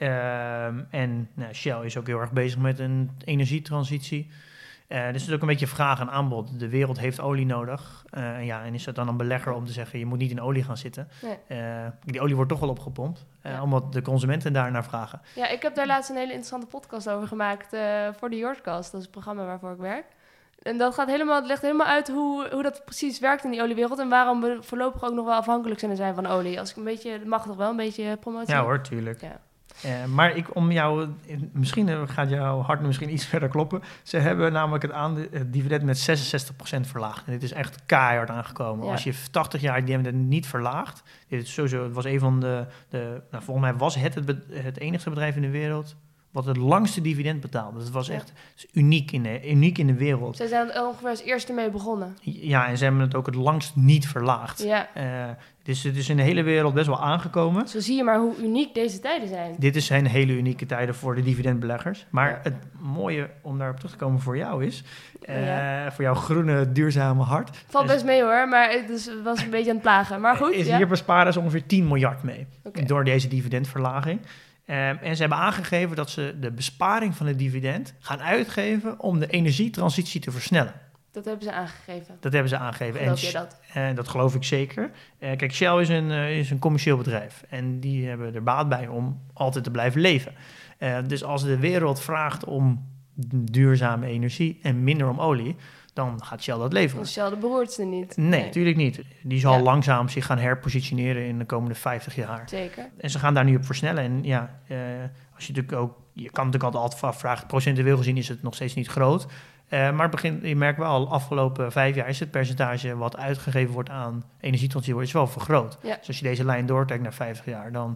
Shell is ook heel erg bezig met een energietransitie. Dus het is ook een beetje vraag en aanbod. De wereld heeft olie nodig. En is het dan een belegger om te zeggen, je moet niet in olie gaan zitten. Nee. Die olie wordt toch wel opgepompt, omdat de consumenten daarnaar vragen. Ja, ik heb daar laatst een hele interessante podcast over gemaakt voor de Yardcast. Dat is het programma waarvoor ik werk. En dat het legt helemaal uit hoe dat precies werkt in die oliewereld en waarom we voorlopig ook nog wel afhankelijk zijn van olie. Als ik een beetje, mag toch wel een beetje promotie? Ja hoor, tuurlijk. Ja. Maar misschien gaat jouw hart misschien iets verder kloppen. Ze hebben namelijk het dividend met 66% verlaagd. En dit is echt keihard aangekomen. Ja. Als je 80 jaar het dividend niet verlaagt, dit is sowieso, het was een van volgens mij was het enigste bedrijf in de wereld wat het langste dividend betaalde. Dat was echt uniek in de wereld. Zij zijn er ongeveer als eerste mee begonnen. Ja, en ze hebben het ook het langst niet verlaagd. Ja. Dus het is in de hele wereld best wel aangekomen. Zo zie je maar hoe uniek deze tijden zijn. Dit zijn hele unieke tijden voor de dividendbeleggers. Maar het mooie om daarop terug te komen voor jou is, voor jouw groene, duurzame hart. Valt best mee hoor, maar het was een beetje aan het plagen. Maar goed. Hier besparen ze ongeveer 10 miljard mee door deze dividendverlaging. En ze hebben aangegeven dat ze de besparing van het dividend gaan uitgeven om de energietransitie te versnellen. Dat hebben ze aangegeven. Geloof je dat? Dat geloof ik zeker. Kijk, Shell is een commercieel bedrijf. En die hebben er baat bij om altijd te blijven leven. Dus als de wereld vraagt om duurzame energie en minder om olie, dan gaat Shell dat leveren. Want Shell de behoortste niet. Nee, natuurlijk niet. Die zal langzaam zich gaan herpositioneren in de komende 50 jaar. Zeker. En ze gaan daar nu op versnellen. En als je natuurlijk ook, je kan natuurlijk altijd afvragen, procentueel gezien is het nog steeds niet groot. Maar je merkt wel, de afgelopen 5 jaar is het percentage wat uitgegeven wordt aan energietransitie is wel vergroot. Ja. Dus als je deze lijn doortrekt naar 50 jaar, dan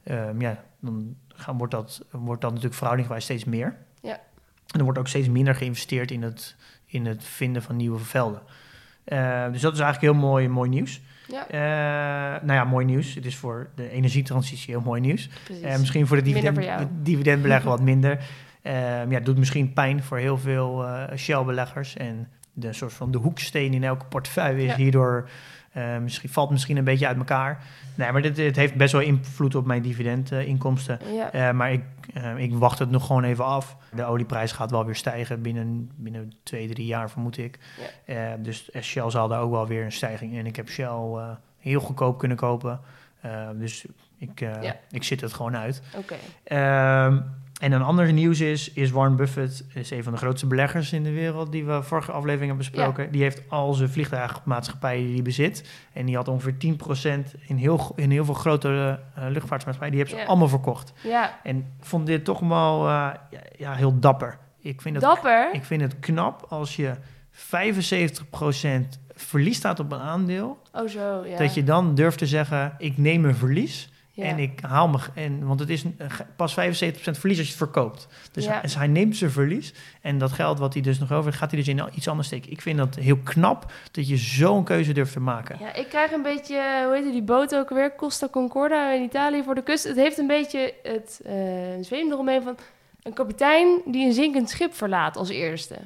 wordt dat natuurlijk verhoudingwijs steeds meer. Ja. En er wordt ook steeds minder geïnvesteerd in het vinden van nieuwe velden. Dus dat is eigenlijk heel mooi nieuws. Ja. Mooi nieuws. Het is voor de energietransitie heel mooi nieuws. Misschien voor de dividendbelegger wat minder. Het doet misschien pijn voor heel veel Shell-beleggers. En de soort van de hoeksteen in elke portefeuille is hierdoor valt misschien een beetje uit elkaar. Nee, maar het heeft best wel invloed op mijn dividendinkomsten. Maar ik wacht het nog gewoon even af. De olieprijs gaat wel weer stijgen binnen 2-3 jaar, vermoed ik. Ja. Dus Shell zal daar ook wel weer een stijging in. Ik heb Shell heel goedkoop kunnen kopen. Dus ik zit het gewoon uit. Okay. En een ander nieuws is Warren Buffett is een van de grootste beleggers in de wereld die we vorige aflevering hebben besproken. Ja. Die heeft al zijn vliegtuigmaatschappijen die hij bezit. En die had ongeveer 10% in heel veel grote luchtvaartmaatschappijen. Die hebben ze allemaal verkocht. Ja. En ik vond dit toch wel heel dapper. Ik vind het knap als je 75% verlies staat op een aandeel. Oh zo, ja. Dat je dan durft te zeggen, ik neem een verlies. Ja. En ik haal want het is pas 75% verlies als je het verkoopt. Dus hij neemt zijn verlies. En dat geld wat hij dus nog over heeft, gaat hij dus in iets anders steken. Ik vind dat heel knap dat je zo'n keuze durft te maken. Ja, ik krijg een beetje, hoe heet die boot ook weer? Costa Concordia in Italië voor de kust. Het heeft een beetje het zweem eromheen van een kapitein die een zinkend schip verlaat als eerste.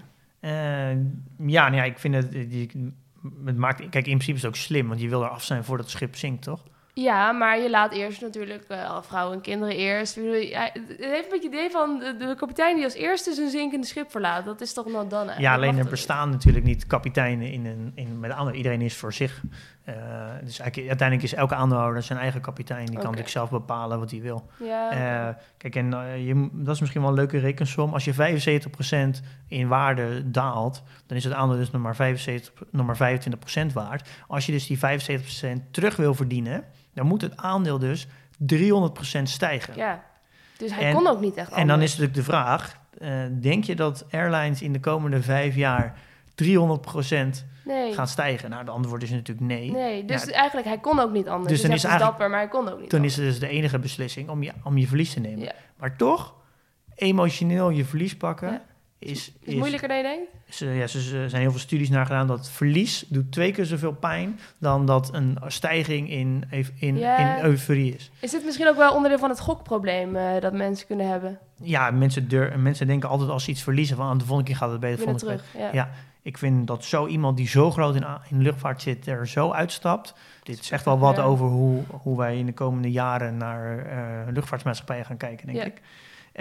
Ik vind het maakt. Kijk, in principe is het ook slim, want je wil er af zijn voordat het schip zinkt, toch? Ja, maar je laat eerst natuurlijk vrouwen en kinderen eerst. Het heeft een beetje het idee van de kapitein die als eerste zijn zinkende schip verlaat. Dat is toch not done? Ja, alleen er bestaan natuurlijk niet kapiteinen met anderen. Iedereen is voor zich. Dus uiteindelijk is elke aandeelhouder zijn eigen kapitein. Die kan natuurlijk zelf bepalen wat hij wil. Ja, kijk, en dat is misschien wel een leuke rekensom. Als je 75% in waarde daalt, dan is het aandeel dus nog maar 25% waard. Als je dus die 75% terug wil verdienen, dan moet het aandeel dus 300% stijgen. Ja, dus hij kon ook niet echt anders. En dan is natuurlijk de vraag, denk je dat airlines in de komende 5 jaar 300% gaan stijgen? Nou, de antwoord is natuurlijk nee. Nee, dus eigenlijk hij kon ook niet anders. Dus dan is het dapper, maar hij kon ook niet Dan is het dus de enige beslissing om je verlies te nemen. Ja. Maar toch emotioneel je verlies pakken... Ja. Is moeilijker dan je denkt? Er zijn heel veel studies naar gedaan dat verlies doet 2 keer zoveel pijn dan dat een stijging in euforie is. Is dit misschien ook wel onderdeel van het gokprobleem dat mensen kunnen hebben? Ja, mensen denken altijd als ze iets verliezen van de volgende keer gaat het beter. Terug. Ja, ik vind dat zo iemand die zo groot in luchtvaart zit er zo uitstapt. Dit zegt wel wat over hoe wij in de komende jaren naar luchtvaartmaatschappijen gaan kijken, denk ik.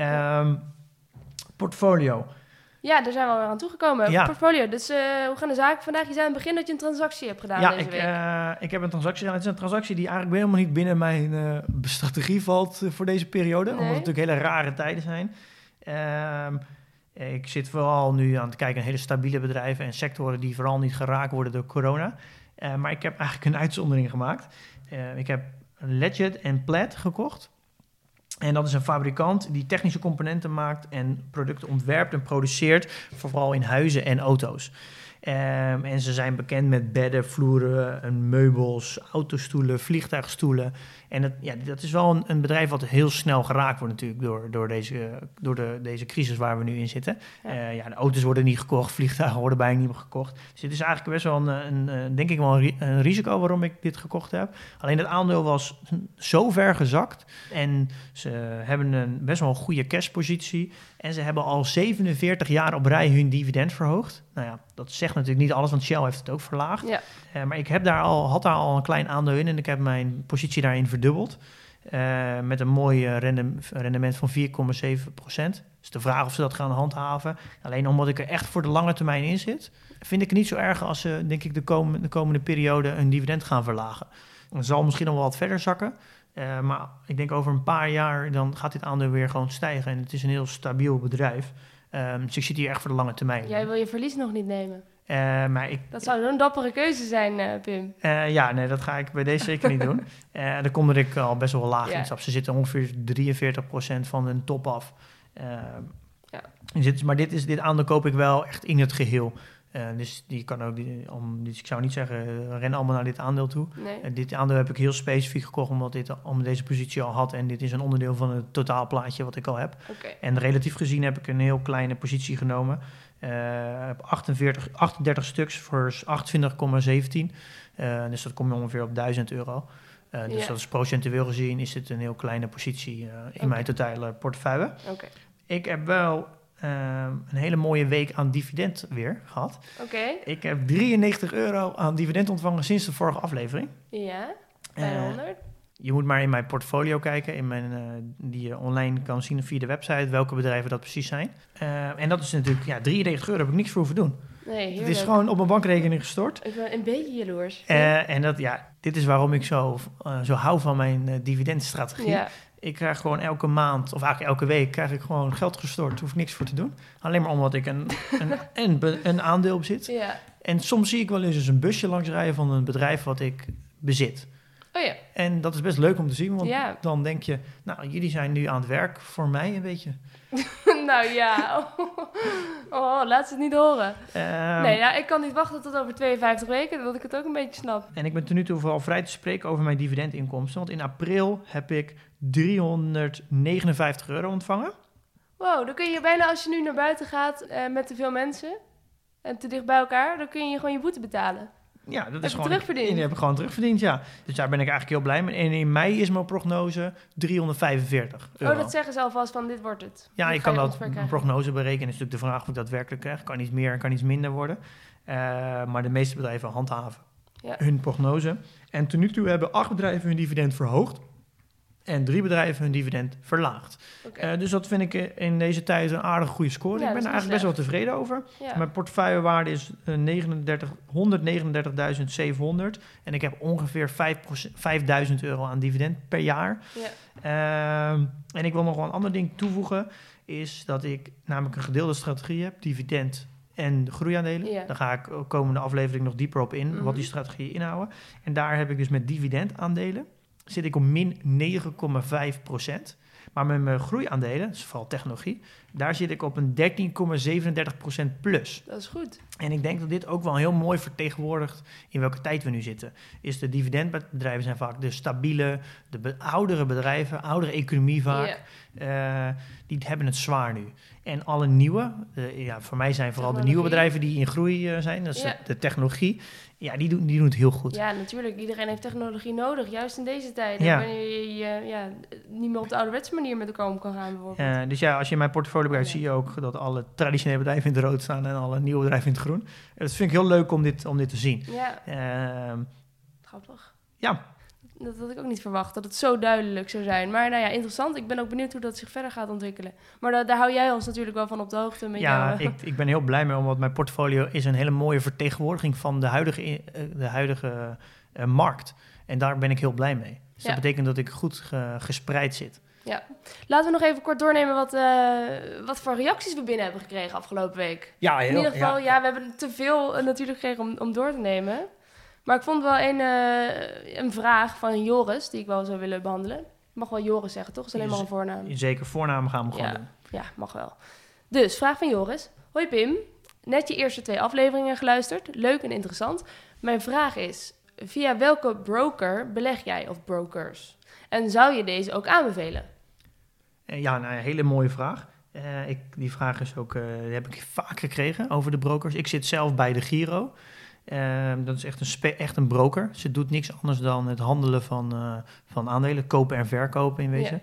Portfolio. Ja, daar zijn we alweer aan toegekomen. Ja. Portfolio. Dus hoe gaan de zaken vandaag? Je zei aan het begin dat je een transactie hebt gedaan deze week. Ik heb een transactie gedaan. Het is een transactie die eigenlijk helemaal niet binnen mijn strategie valt voor deze periode. Omdat het natuurlijk hele rare tijden zijn. Ik zit vooral nu aan het kijken naar hele stabiele bedrijven en sectoren die vooral niet geraakt worden door corona. Maar ik heb eigenlijk een uitzondering gemaakt. Ik heb Legit en Plaid gekocht. En dat is een fabrikant die technische componenten maakt en producten ontwerpt en produceert, vooral in huizen en auto's. En ze zijn bekend met bedden, vloeren, meubels, autostoelen, vliegtuigstoelen. En dat is wel een bedrijf wat heel snel geraakt wordt natuurlijk door deze crisis waar we nu in zitten. De auto's worden niet gekocht, vliegtuigen worden bijna niet meer gekocht. Dus dit is eigenlijk best wel denk ik wel een risico waarom ik dit gekocht heb. Alleen het aandeel was zo ver gezakt en ze hebben een best wel een goede cashpositie. En ze hebben al 47 jaar op rij hun dividend verhoogd. Nou ja, dat zegt natuurlijk niet alles, want Shell heeft het ook verlaagd. Ja. Maar ik had daar al een klein aandeel in en ik heb mijn positie daarin verdubbeld. Met een mooi rendement van 4,7%. Dus de vraag of ze dat gaan handhaven. Alleen omdat ik er echt voor de lange termijn in zit, vind ik het niet zo erg als ze, denk ik, de komende periode een dividend gaan verlagen. Het zal misschien nog wel wat verder zakken. Maar ik denk over een paar jaar dan gaat dit aandeel weer gewoon stijgen. En het is een heel stabiel bedrijf. Dus ik zit hier echt voor de lange termijn. Jij wil je verlies nog niet nemen. Maar dat zou een dappere keuze zijn, Pim. Nee, dat ga ik bij deze zeker niet doen. Dan kom ik al best wel laag in stap. Ze zitten ongeveer 43% van hun top af. Maar dit aandeel koop ik wel echt in het geheel. Dus die kan ook, dus ik zou niet zeggen, ren allemaal naar dit aandeel toe. Nee. Dit aandeel heb ik heel specifiek gekocht omdat deze positie al had. En dit is een onderdeel van het totaalplaatje wat ik al heb. Okay. En relatief gezien heb ik een heel kleine positie genomen. Heb 38 stuks voor 28,17. Dus dat komt ongeveer op €1000. Dus dat is procentueel gezien is het een heel kleine positie in mijn totale portefeuille. Okay. Ik heb wel een hele mooie week aan dividend weer gehad. Ik heb €93 aan dividend ontvangen sinds de vorige aflevering. Ja, bijna 100. Je moet maar in mijn portfolio kijken, die je online kan zien via de website, welke bedrijven dat precies zijn. En dat is natuurlijk, €93 heb ik niks voor hoeven doen. Nee, heerlijk. Het is gewoon op mijn bankrekening gestort. Ik ben een beetje jaloers. En dit is waarom ik zo hou van mijn dividendstrategie. Ja. Ik krijg gewoon elke maand, of eigenlijk elke week, krijg ik gewoon geld gestort. Daar hoef ik niks voor te doen. Alleen maar omdat ik een aandeel op zit. Ja. En soms zie ik wel eens een busje langsrijden van een bedrijf wat ik bezit. Oh ja. En dat is best leuk om te zien, want dan denk je, nou, jullie zijn nu aan het werk voor mij een beetje. Nou ja, laat ze het niet horen. Ik kan niet wachten tot over 52 weken, dat ik het ook een beetje snap. En ik ben ten nu toe vooral vrij te spreken over mijn dividendinkomsten, want in april heb ik €359 ontvangen. Wow, dan kun je bijna als je nu naar buiten gaat met te veel mensen en te dicht bij elkaar, dan kun je gewoon je boete betalen. Ja, dat is gewoon terugverdiend. Die heb ik gewoon terugverdiend, ja. Dus daar ben ik eigenlijk heel blij mee. En in mei is mijn prognose €345. Dat zeggen ze alvast van dit wordt het. Ja, ik kan dat een prognose berekenen. Is natuurlijk de vraag of ik dat werkelijk krijg. Kan iets meer, kan iets minder worden. Maar de meeste bedrijven handhaven hun prognose. En tot nu toe hebben 8 bedrijven hun dividend verhoogd. En 3 bedrijven hun dividend verlaagd. Dus dat vind ik in deze tijd een aardig goede score. Ik ben er eigenlijk best wel tevreden over. Ja. Mijn portefeuillewaarde is €139.700. En ik heb ongeveer €5.000 aan dividend per jaar. Ja. En ik wil nog wel een ander ding toevoegen. Is dat ik namelijk een gedeelde strategie heb. Dividend en de groeiaandelen. Ja. Daar ga ik de komende aflevering nog dieper op in. Wat die strategieën inhouden. En daar heb ik dus met dividendaandelen zit ik op min 9,5%. Maar met mijn groeiaandelen, dus vooral technologie, Daar zit ik op een 13,37% plus. Dat is goed. En ik denk dat dit ook wel heel mooi vertegenwoordigt in welke tijd we nu zitten. Is de dividendbedrijven zijn vaak de stabiele, oudere bedrijven, oudere economie vaak. Die hebben het zwaar nu. En alle nieuwe, voor mij zijn vooral de nieuwe bedrijven die in groei zijn. Dat is de technologie. Ja, die doen het heel goed. Ja, natuurlijk. Iedereen heeft technologie nodig. Juist in deze tijd. Ja. Wanneer je niet meer op de ouderwetse manier met elkaar om kan gaan bijvoorbeeld. Dus als je mijn portfolio bekijkt, zie je ook dat alle traditionele bedrijven in het rood staan en alle nieuwe bedrijven in het groen. Dat vind ik heel leuk om dit te zien. Ja. Grappig. Ja. Dat had ik ook niet verwacht, dat het zo duidelijk zou zijn. Maar nou ja, interessant. Ik ben ook benieuwd hoe dat zich verder gaat ontwikkelen. Maar daar hou jij ons natuurlijk wel van op de hoogte. Met ik ben heel blij mee, omdat mijn portfolio is een hele mooie vertegenwoordiging van de huidige markt. En daar ben ik heel blij mee. Dus dat betekent dat ik goed gespreid zit. Ja. Laten we nog even kort doornemen wat voor reacties we binnen hebben gekregen afgelopen week. Ja, in ieder geval, we hebben te veel natuurlijk gekregen om door te nemen. Maar ik vond wel een vraag van Joris die ik wel zou willen behandelen. Ik mag wel Joris zeggen, toch? Dat is alleen maar een voornaam. Zeker, voornamen gaan we gewoon doen. Ja, mag wel. Dus, vraag van Joris. Hoi Pim, net je eerste 2 afleveringen geluisterd. Leuk en interessant. Mijn vraag is, via welke broker beleg jij of brokers? En zou je deze ook aanbevelen? Een hele mooie vraag. Die vraag is ook, die heb ik vaak gekregen over de brokers. Ik zit zelf bij de Giro. Dat is echt een broker. Ze doet niks anders dan het handelen van aandelen, kopen en verkopen in wezen.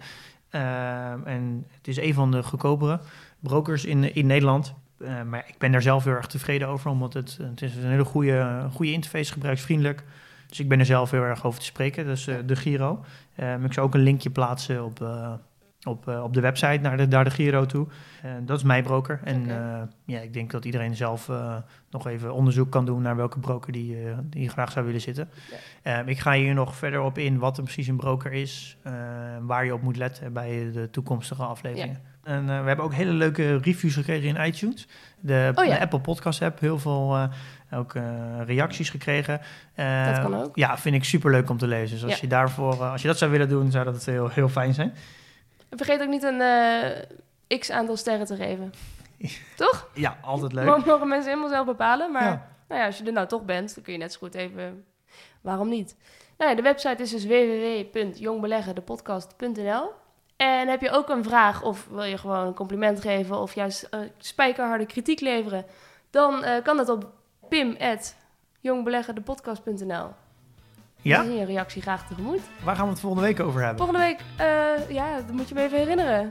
En het is een van de goedkopere brokers in Nederland. Maar ik ben daar zelf heel erg tevreden over, omdat het is een hele goede interface, gebruiksvriendelijk. Dus ik ben er zelf heel erg over te spreken. Dus de Giro. Ik zou ook een linkje plaatsen op de website naar de Giro toe. Dat is mijn broker. En ik denk dat iedereen zelf nog even onderzoek kan doen naar welke broker die graag zou willen zitten. Ja. Ik ga hier nog verder op in wat er precies een broker is, waar je op moet letten bij de toekomstige afleveringen. Ja. En we hebben ook hele leuke reviews gekregen in iTunes. De Apple Podcast app, heel veel reacties gekregen. Dat kan ook. Ja, vind ik superleuk om te lezen. Dus als je dat zou willen doen, zou dat heel, heel fijn zijn. Vergeet ook niet een x-aantal sterren te geven. Toch? Ja, altijd leuk. Mogen mensen helemaal zelf bepalen. Maar als je er nou toch bent, dan kun je net zo goed even... Waarom niet? De website is dus www.jongbeleggendepodcast.nl. En heb je ook een vraag of wil je gewoon een compliment geven... of juist spijkerharde kritiek leveren... dan kan dat op pim@jongbeleggendepodcast.nl. Ja? Dan zie je een reactie graag tegemoet. Waar gaan we het volgende week over hebben? Volgende week, dat moet je me even herinneren.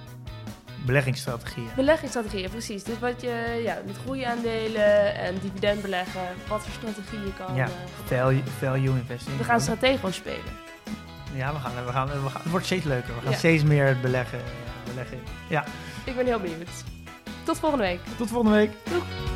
Beleggingsstrategieën, precies. Dus wat je met groeiaandelen en dividend beleggen, wat voor strategie je kan... value investing. We gaan strategisch spelen. Ja, we gaan, het wordt steeds leuker. We gaan steeds meer beleggen. Ja. Ik ben heel benieuwd. Tot volgende week. Tot volgende week. Doeg.